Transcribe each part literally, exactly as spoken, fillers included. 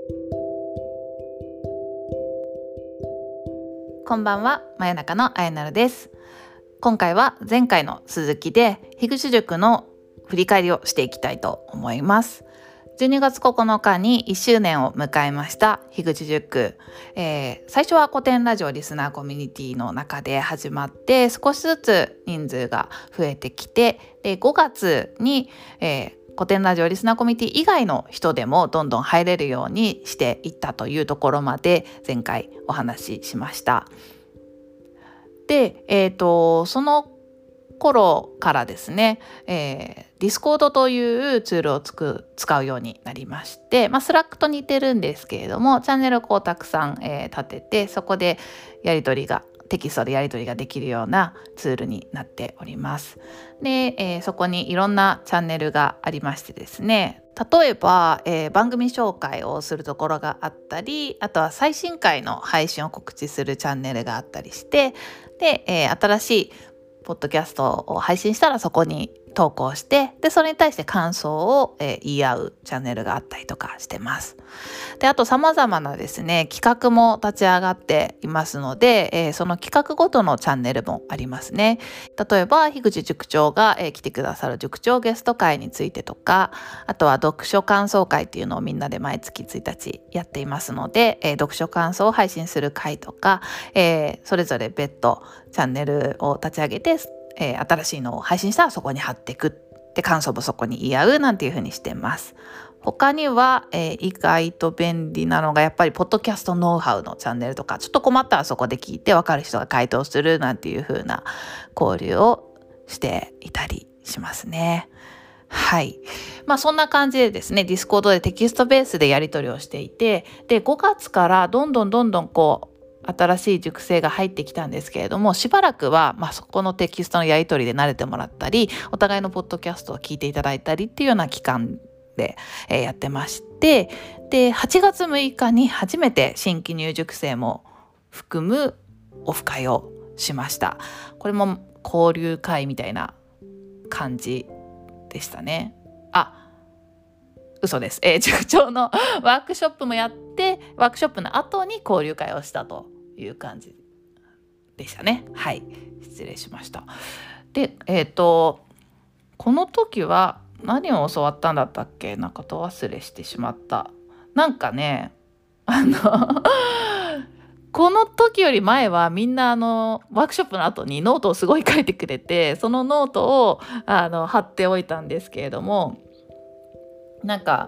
こんばんは、真夜中のあやなるです。今回は前回の続きで樋口塾の振り返りをしていきたいと思います。じゅうにがつここのかにいっしゅうねんを迎えました樋口塾、えー、最初は古典ラジオリスナーコミュニティの中で始まって少しずつ人数が増えてきて、でごがつに、えー古典ラジオリスナーコミュニティ以外の人でもどんどん入れるようにしていったというところまで前回お話ししました。で、えーと、その頃からですね、えー、Discord というツールをつく使うようになりまして、まあ、Slack と似てるんですけれども、チャンネルをこうたくさん、えー、立てて、そこでやり取りがテキストでやり取りができるようなツールになっております。で、えー、そこにいろんなチャンネルがありましてですね、例えば、えー、番組紹介をするところがあったり、あとは最新回の配信を告知するチャンネルがあったりして、で、えー、新しいポッドキャストを配信したらそこに投稿して、でそれに対して感想を、えー、言い合うチャンネルがあったりとかしてます。であと様々なですね企画も立ち上がっていますので、えー、その企画ごとのチャンネルもありますね。例えば樋口塾長が、えー、来てくださる塾長ゲスト会についてとか、あとは読書感想会っていうのをみんなで毎月ついたちやっていますので、えー、読書感想を配信する会とか、えー、それぞれ別途チャンネルを立ち上げて、えー、新しいのを配信したらそこに貼っていくって感想もそこに言い合うなんていう風にしてます。他には、えー、意外と便利なのがやっぱりポッドキャストノウハウのチャンネルとか、ちょっと困ったらそこで聞いて分かる人が回答するなんていう風な交流をしていたりしますね。はい。まあそんな感じでですね、Discord でテキストベースでやり取りをしていて、でごがつからどんどんどんどんこう新しい塾生が入ってきたんですけれども、しばらくは、まあ、そこのテキストのやり取りで慣れてもらったり、お互いのポッドキャストを聞いていただいたりっていうような期間で、えー、やってまして、ではちがつむいかに初めて新規入塾生も含むオフ会をしました。これも交流会みたいな感じでしたね。あ、嘘です。えー、塾長のワークショップもやって、ワークショップの後に交流会をしたという感じでしたね。はい、失礼しました。で、えっとこの時は何を教わったんだったっけ？なんかと忘れしてしまった。なんかね、あのこの時より前はみんなあのワークショップの後にノートをすごい書いてくれて、そのノートをあの貼っておいたんですけれども、なんか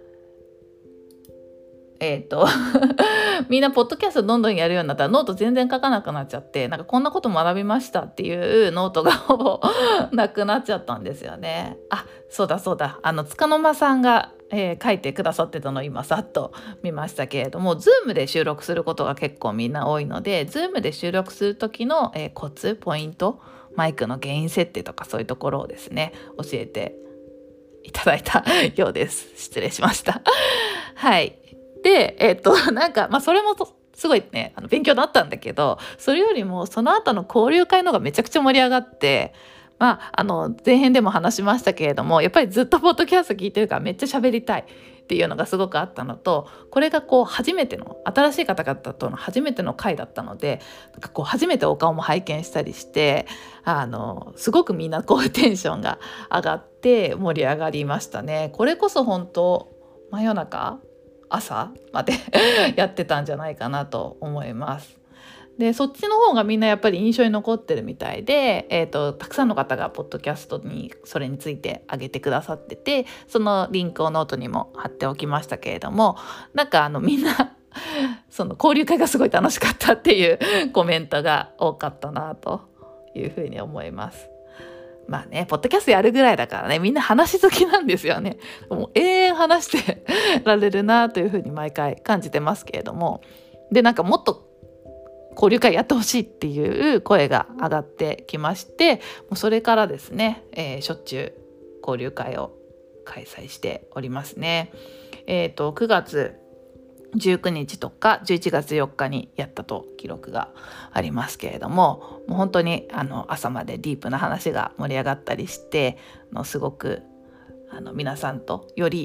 えっとみんなポッドキャストどんどんやるようになったらノート全然書かなくなっちゃって、なんかこんなこと学びましたっていうノートがほぼなくなっちゃったんですよね。あ、そうだそうだ、あの塚の間さんが、えー書いてくださってたのを今さっと見ましたけれども、Zoom で収録することが結構みんな多いので、Zoom で収録する時の、えーコツポイント、マイクのゲイン設定とかそういうところをですね教えていただいたようです。失礼しましたはい。で、えっと、なんか、まあ、それもすごいね、あの勉強になったんだけど、それよりも、その後の交流会の方がめちゃくちゃ盛り上がって、まあ、あの、前編でも話しましたけれども、やっぱりずっとポッドキャスト聞いてるからめっちゃ喋りたいっていうのがすごくあったのと、これがこう、初めての、新しい方々との初めての回だったので、なんかこう、初めてお顔も拝見したりして、あの、すごくみんなこう、テンションが上がって盛り上がりましたね。これこそ本当、真夜中朝までやってたんじゃないかなと思います。でそっちの方がみんなやっぱり印象に残ってるみたいで、えーと、たくさんの方がポッドキャストにそれについてあげてくださってて、そのリンクをノートにも貼っておきましたけれども、なんかあのみんなその交流会がすごい楽しかったっていうコメントが多かったなというふうに思います。まあね、ポッドキャストやるぐらいだからね、みんな話し好きなんですよね。もう永遠話してられるなというふうに毎回感じてますけれども、でなんかもっと交流会やってほしいっていう声が上がってきまして、もうそれからですね、えー、しょっちゅう交流会を開催しておりますね。えーと、くがつじゅうくにちとかじゅういちがつよっかにやったと記録がありますけれども、もう本当にあの朝までディープな話が盛り上がったりして、のすごくあの皆さんとより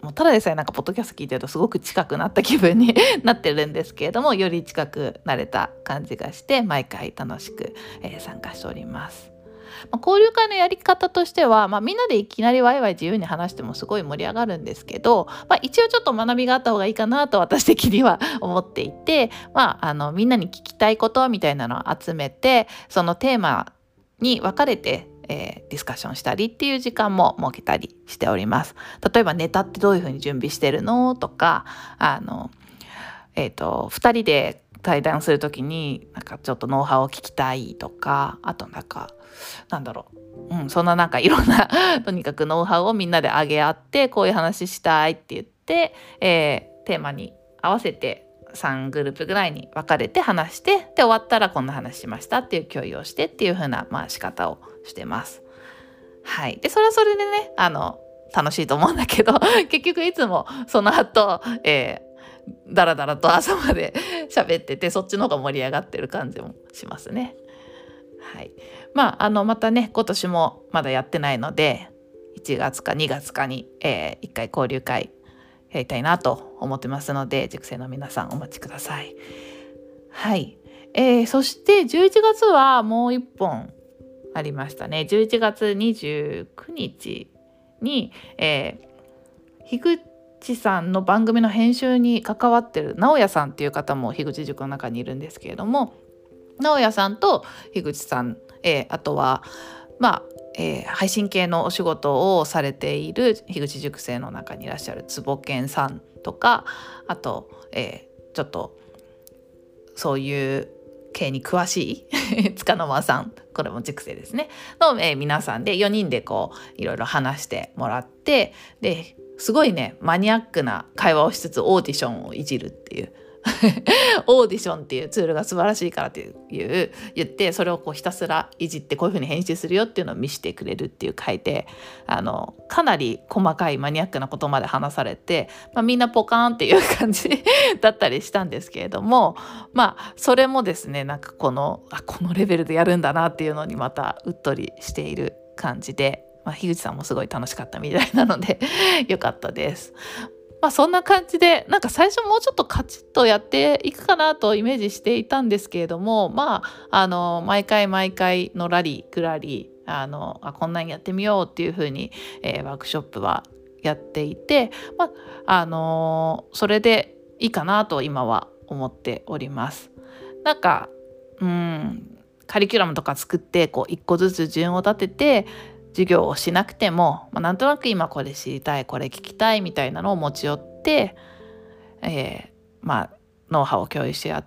もうただでさえなんかポッドキャスト聞いてるとすごく近くなった気分になってるんですけれども、より近くなれた感じがして毎回楽しく、えー、参加しております。まあ、交流会のやり方としては、まあ、みんなでいきなりワイワイ自由に話してもすごい盛り上がるんですけど、まあ、一応ちょっと学びがあった方がいいかなと私的には思っていて、まあ、あのみんなに聞きたいことみたいなのを集めて、そのテーマに分かれてえー、ディスカッションしたりっていう時間も設けたりしております。例えばネタってどういうふうに準備してるのとか、あの、えーと、ふたりで対談するときになんかちょっとノウハウを聞きたいとか、あとなんかなんだろう、うん、そんななんかいろんなとにかくノウハウをみんなで上げ合って、こういう話したいって言って、えー、テーマに合わせてさんグループぐらいに分かれて話して、で終わったらこんな話しましたっていう共有をしてっていう風な、まあ、仕方をしてます。はい。でそれはそれでね、あの楽しいと思うんだけど結局いつもその後、えー、だらだらと朝まで喋ってて、そっちの方が盛り上がってる感じもしますね。はい。まああのまたね、今年もまだやってないのでいちがつかにがつかに、えー、いっかい交流会やりたいなと思ってますので、塾生の皆さんお待ちください。はい、えー、そしてじゅういちがつはもういっぽんありましたね。じゅういちがつにじゅうくにちに、えー、樋口さんの番組の編集に関わってる直哉さんっていう方も樋口塾の中にいるんですけれども、直哉さんと樋口さん、えー、あとはまあえー、配信系のお仕事をされている樋口塾生の中にいらっしゃる坪健さんとか、あと、えー、ちょっとそういう系に詳しい塚の間さん、これも塾生ですねの、えー、皆さんでよにんでこういろいろ話してもらって、ですごいねマニアックな会話をしつつオーディションをいじるっていうオーディションっていうツールが素晴らしいからっていう言って、それをこうひたすらいじってこういう風に編集するよっていうのを見せてくれるっていう回で、あのかなり細かいマニアックなことまで話されて、まあ、みんなポカーンっていう感じだったりしたんですけれども、まあそれもですね、なんかこのあこのレベルでやるんだなっていうのにまたうっとりしている感じで、まあ、樋口さんもすごい楽しかったみたいなのでよかったです。まあ、そんな感じで、なんか最初もうちょっとカチッとやっていくかなとイメージしていたんですけれども、まああの毎回毎回のらりくらりあのあこんなにやってみようっていう風に、えー、ワークショップはやっていて、まああのー、それでいいかなと今は思っております。なんかうんカリキュラムとか作ってこう一個ずつ順を立てて授業をしなくても、まあ、なんとなく今これ知りたいこれ聞きたいみたいなのを持ち寄って、えー、まあノウハウを共有し合って、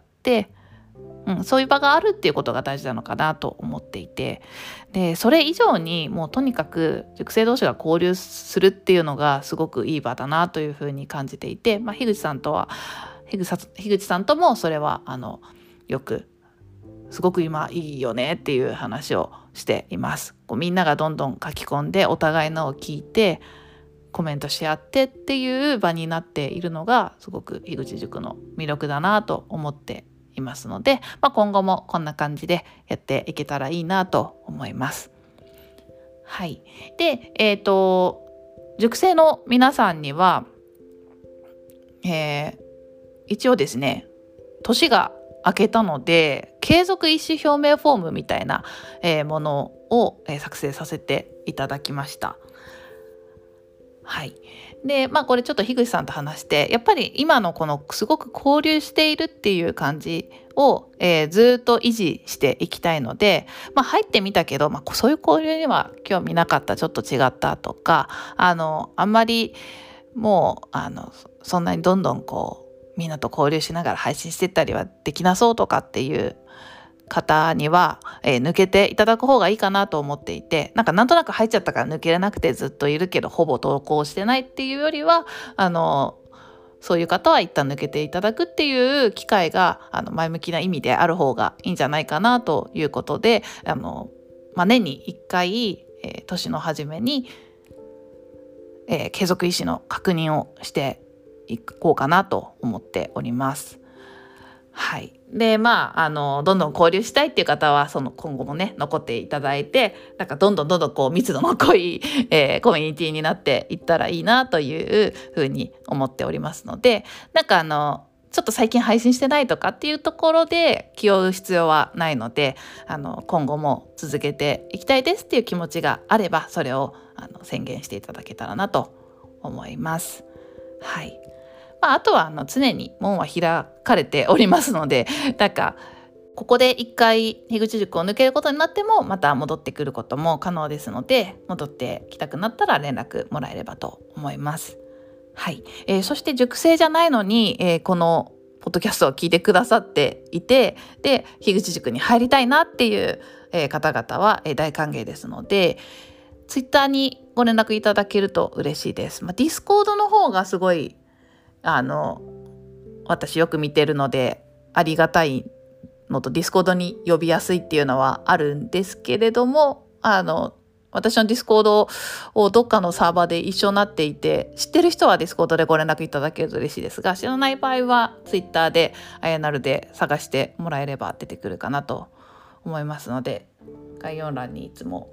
うん、そういう場があるっていうことが大事なのかなと思っていて、でそれ以上にもうとにかく塾生同士が交流するっていうのがすごくいい場だなというふうに感じていて、まあ、樋口さんとは樋口さんともそれはあのよくすごく今いいよねっていう話をしています。こうみんながどんどん書き込んでお互いのを聞いてコメントし合ってっていう場になっているのがすごく樋口塾の魅力だなと思っていますので、まあ、今後もこんな感じでやっていけたらいいなと思います。はい。で、えっと塾生の皆さんには、えー、一応ですね年が明けたので継続意思表明フォームみたいな、えー、ものを、えー、作成させていただきました。はい。でまあこれちょっと樋口さんと話して、やっぱり今のこのすごく交流しているっていう感じを、えー、ずっと維持していきたいので、まあ、入ってみたけど、まあ、そういう交流には興味なかった、ちょっと違ったとか、あのあんまりもうあのそんなにどんどんこうみんなと交流しながら配信してったりはできなそうとかっていう方には、えー、抜けていただく方がいいかなと思っていて、なんかなんとなく入っちゃったから抜けれなくてずっといるけどほぼ投稿してないっていうよりは、あのそういう方は一旦抜けていただくっていう機会があの前向きな意味である方がいいんじゃないかなということで、あの、まあ、年にいっかい、えー、年の初めに、えー、継続意思の確認をしていこうかなと思っております。 はい、でまああのどんどん交流したいっていう方はその今後もね残っていただいて、なんかどんどんどんどんこう密度の濃い、えー、コミュニティになっていったらいいなというふうに思っておりますので、なんかあのちょっと最近配信してないとかっていうところで気負う必要はないので、あの今後も続けていきたいですっていう気持ちがあれば、それをあの宣言していただけたらなと思います。はい。まあ、あとはあの常に門は開かれておりますので、なんかここで一回樋口塾を抜けることになってもまた戻ってくることも可能ですので、戻ってきたくなったら連絡もらえればと思います。はい、えー、そして塾生じゃないのに、えー、このポッドキャストを聞いてくださっていて、で樋口塾に入りたいなっていう、えー、方々は、えー、大歓迎ですので、ツイッターにご連絡いただけると嬉しいです。まあ、ディスコードの方がすごいあの私よく見てるのでありがたいのと、ディスコードに呼びやすいっていうのはあるんですけれども、あの私のディスコードをどっかのサーバーで一緒になっていて、知ってる人はディスコードでご連絡いただけると嬉しいですが、知らない場合はツイッターであやなるで探してもらえれば出てくるかなと思いますので、概要欄にいつも、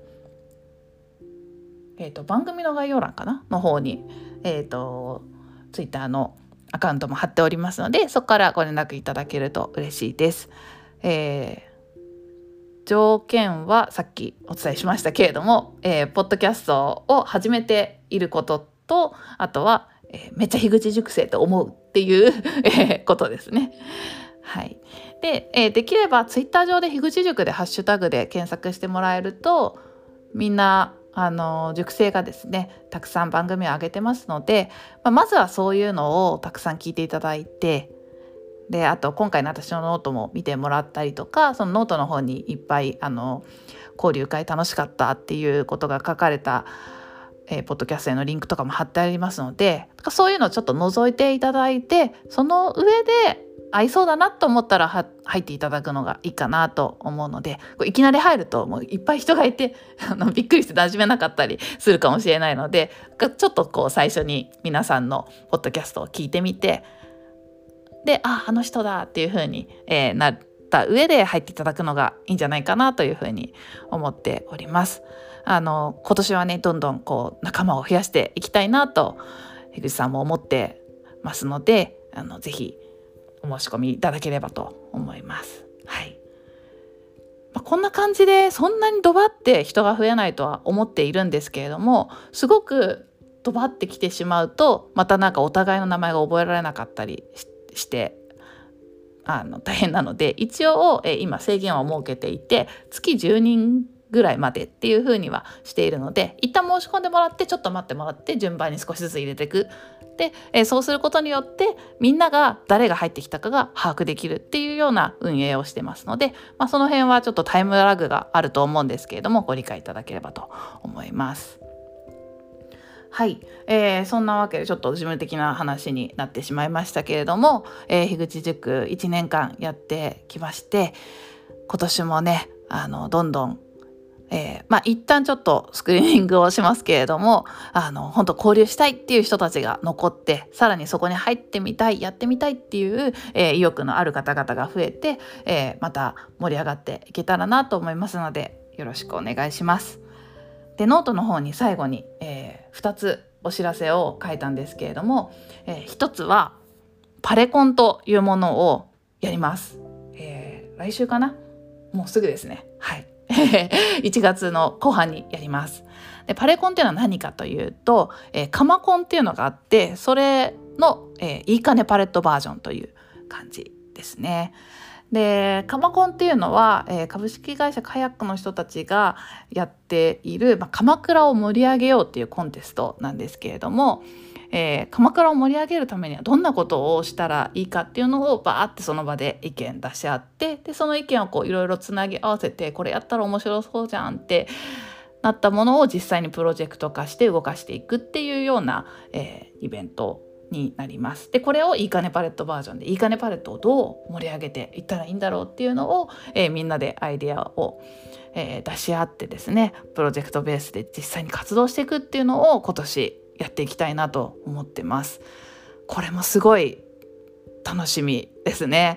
えーと、番組の概要欄かなの方に、えーとツイッターのアカウントも貼っておりますので、そこからご連絡いただけると嬉しいです。えー、条件はさっきお伝えしましたけれども、えー、ポッドキャストを始めていることと、あとは、えー、めっちゃ樋口塾生と思うっていうことですね。はい。で、えー、できればツイッター上で樋口塾でハッシュタグで検索してもらえると、みんなあの塾生がですねたくさん番組を上げてますので、まあ、まずはそういうのをたくさん聞いていただいて、であと今回の私のノートも見てもらったりとか、そのノートの方にいっぱいあの交流会楽しかったっていうことが書かれた、えー、ポッドキャストへのリンクとかも貼ってありますので、そういうのをちょっと覗いていただいて、その上で合いそうだなと思ったらは入っていただくのがいいかなと思うので、いきなり入るともういっぱい人がいてあのびっくりして馴染めなかったりするかもしれないので、ちょっとこう最初に皆さんのポッドキャストを聞いてみて、でああの人だっていう風に、えー、なった上で入っていただくのがいいんじゃないかなという風に思っております。あの今年はねどんどんこう仲間を増やしていきたいなと樋口さんも思ってますので、あのぜひお申し込みいただければと思います。はい。まあ、こんな感じでそんなにドバって人が増えないとは思っているんですけれども、すごくドバってきてしまうとまたなんかお互いの名前が覚えられなかったりし、してあの大変なので、一応え今制限を設けていて月じゅうにんぐらいまでっていう風にはしているので、一旦申し込んでもらってちょっと待ってもらって順番に少しずつ入れていく。で、えー、そうすることによってみんなが誰が入ってきたかが把握できるっていうような運営をしてますので、まあ、その辺はちょっとタイムラグがあると思うんですけれども、ご理解いただければと思います。はい、えー、そんなわけでちょっと事務的な話になってしまいましたけれども、えー、樋口塾いちねんかんやってきまして、今年もねあのどんどんえー、まあ一旦ちょっとスクリーニングをしますけれども、あの本当交流したいっていう人たちが残って、さらにそこに入ってみたいやってみたいっていう、えー、意欲のある方々が増えて、えー、また盛り上がっていけたらなと思いますので、よろしくお願いします。でノートの方に最後に、えー、ふたつお知らせを書いたんですけれども、えー、ひとつはパレコンというものをやります。えー、来週かな、もうすぐですね。はい。いちがつの後半にやります。でパレコンっていうのは何かというと、えー、カマコンっていうのがあって、それの、えー、いいかねパレットバージョンという感じですね。でカマコンっていうのは、えー、株式会社カヤックの人たちがやっている、まあ、鎌倉を盛り上げようっていうコンテストなんですけれども、えー、鎌倉を盛り上げるためにはどんなことをしたらいいかっていうのをバーってその場で意見出し合って、でその意見をこういろいろつなぎ合わせて、これやったら面白そうじゃんってなったものを実際にプロジェクト化して動かしていくっていうような、えー、イベントになります。でこれをいいかねパレットバージョンで、いいかねパレットをどう盛り上げていったらいいんだろうっていうのを、えー、みんなでアイデアを、えー、出し合ってですね、プロジェクトベースで実際に活動していくっていうのを今年やっていきたいなと思ってます。これもすごい楽しみですね。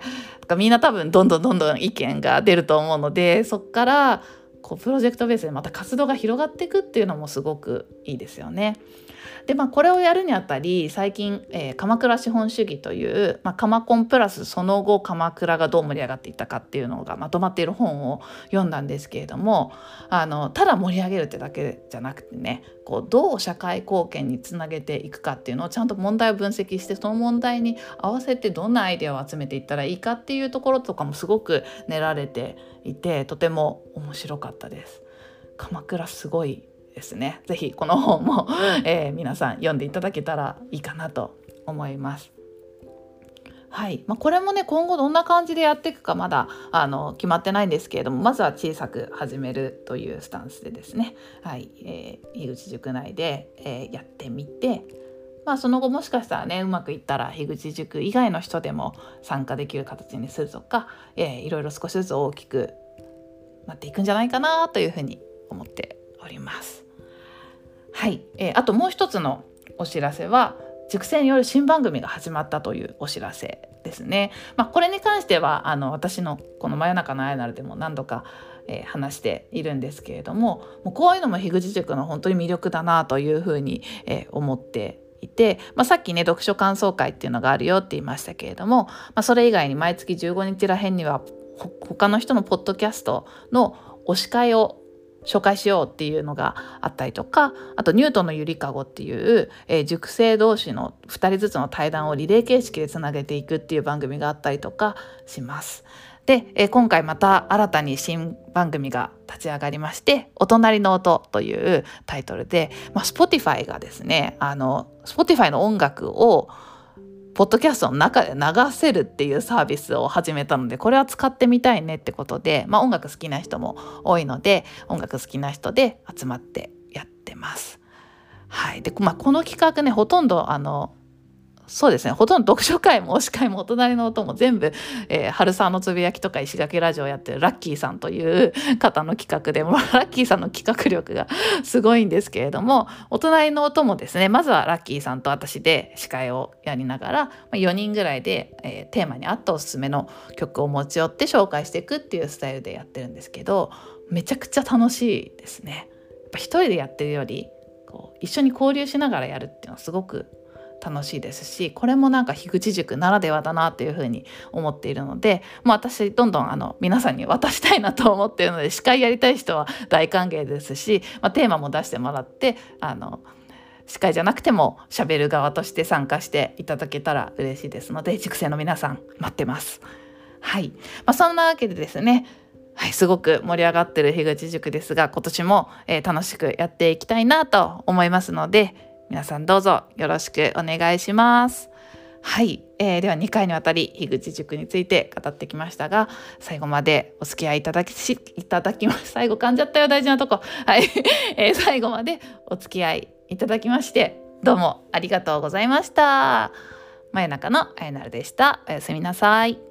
みんな多分どんどんどんどん意見が出ると思うので、そこからこうプロジェクトベースでまた活動が広がっていくっていうのもすごくいいですよね。でまあ、これをやるにあたり最近、えー、鎌倉資本主義という、まあ、鎌コンプラスその後鎌倉がどう盛り上がっていったかっていうのがまとまっている本を読んだんですけれども、あのただ盛り上げるってだけじゃなくてね、こうどう社会貢献につなげていくかっていうのをちゃんと問題を分析して、その問題に合わせてどんなアイデアを集めていったらいいかっていうところとかもすごく練られていて、とても面白かったです。鎌倉すごいですね。ぜひこの本も、えー、皆さん読んでいただけたらいいかなと思います。はいまあ、これもね今後どんな感じでやっていくかまだあの決まってないんですけれども、まずは小さく始めるというスタンスでですね、はいえー、樋口塾内で、えー、やってみて、まあ、その後もしかしたらねうまくいったら樋口塾以外の人でも参加できる形にするとか、えー、いろいろ少しずつ大きくなっていくんじゃないかなというふうに思っております。はい、えー、あともう一つのお知らせは塾生による新番組が始まったというお知らせですね。まあ、これに関してはあの私のこの真夜中のあやなるでも何度か、えー、話しているんですけれども、もうこういうのも樋口塾の本当に魅力だなというふうに、えー、思っていて、まあ、さっきね読書感想会っていうのがあるよって言いましたけれども、まあ、それ以外に毎月じゅうごにちらへんには他の人のポッドキャストの推し会を紹介しようっていうのがあったりとか、あとニュートンのゆりかごっていう、えー、塾生同士のふたりずつの対談をリレー形式でつなげていくっていう番組があったりとかします。で、えー、今回また新たに新番組が立ち上がりまして、お隣の音というタイトルで、まあ、Spotify がですね、あの Spotify の音楽をポッドキャストの中で流せるっていうサービスを始めたので、これは使ってみたいねってことで、まあ、音楽好きな人も多いので音楽好きな人で集まってやってます。はいでまあ、この企画ねほとんどあのそうですねほとんど読書会も推し会もお隣の音も全部、えー、春沢のつぶやきとか石垣ラジオやってるラッキーさんという方の企画で、もラッキーさんの企画力がすごいんですけれども、お隣の音もですねまずはラッキーさんと私で司会をやりながら、まあ、よにんぐらいで、えー、テーマに合ったおすすめの曲を持ち寄って紹介していくっていうスタイルでやってるんですけど、めちゃくちゃ楽しいですね。やっぱ一人でやってるよりこう一緒に交流しながらやるっていうのはすごく楽しいですし、これもなんか樋口塾ならではだなというふうに思っているので、もう私どんどんあの皆さんに渡したいなと思っているので、司会やりたい人は大歓迎ですし、まあ、テーマも出してもらってあの司会じゃなくても喋る側として参加していただけたら嬉しいですので、塾生の皆さん待ってます。はい、まあ、そんなわけでですね、はい、すごく盛り上がってる樋口塾ですが、今年も、えー、楽しくやっていきたいなと思いますので、皆さんどうぞよろしくお願いします。はい、えー、ではにかいにわたり樋口塾について語ってきましたが、最後までお付き合いいただきしいただきます最後噛んじゃったよ、大事なとこはい、えー、最後までお付き合いいただきましてどうもありがとうございました。真夜中のあやなるでした。おやすみなさい。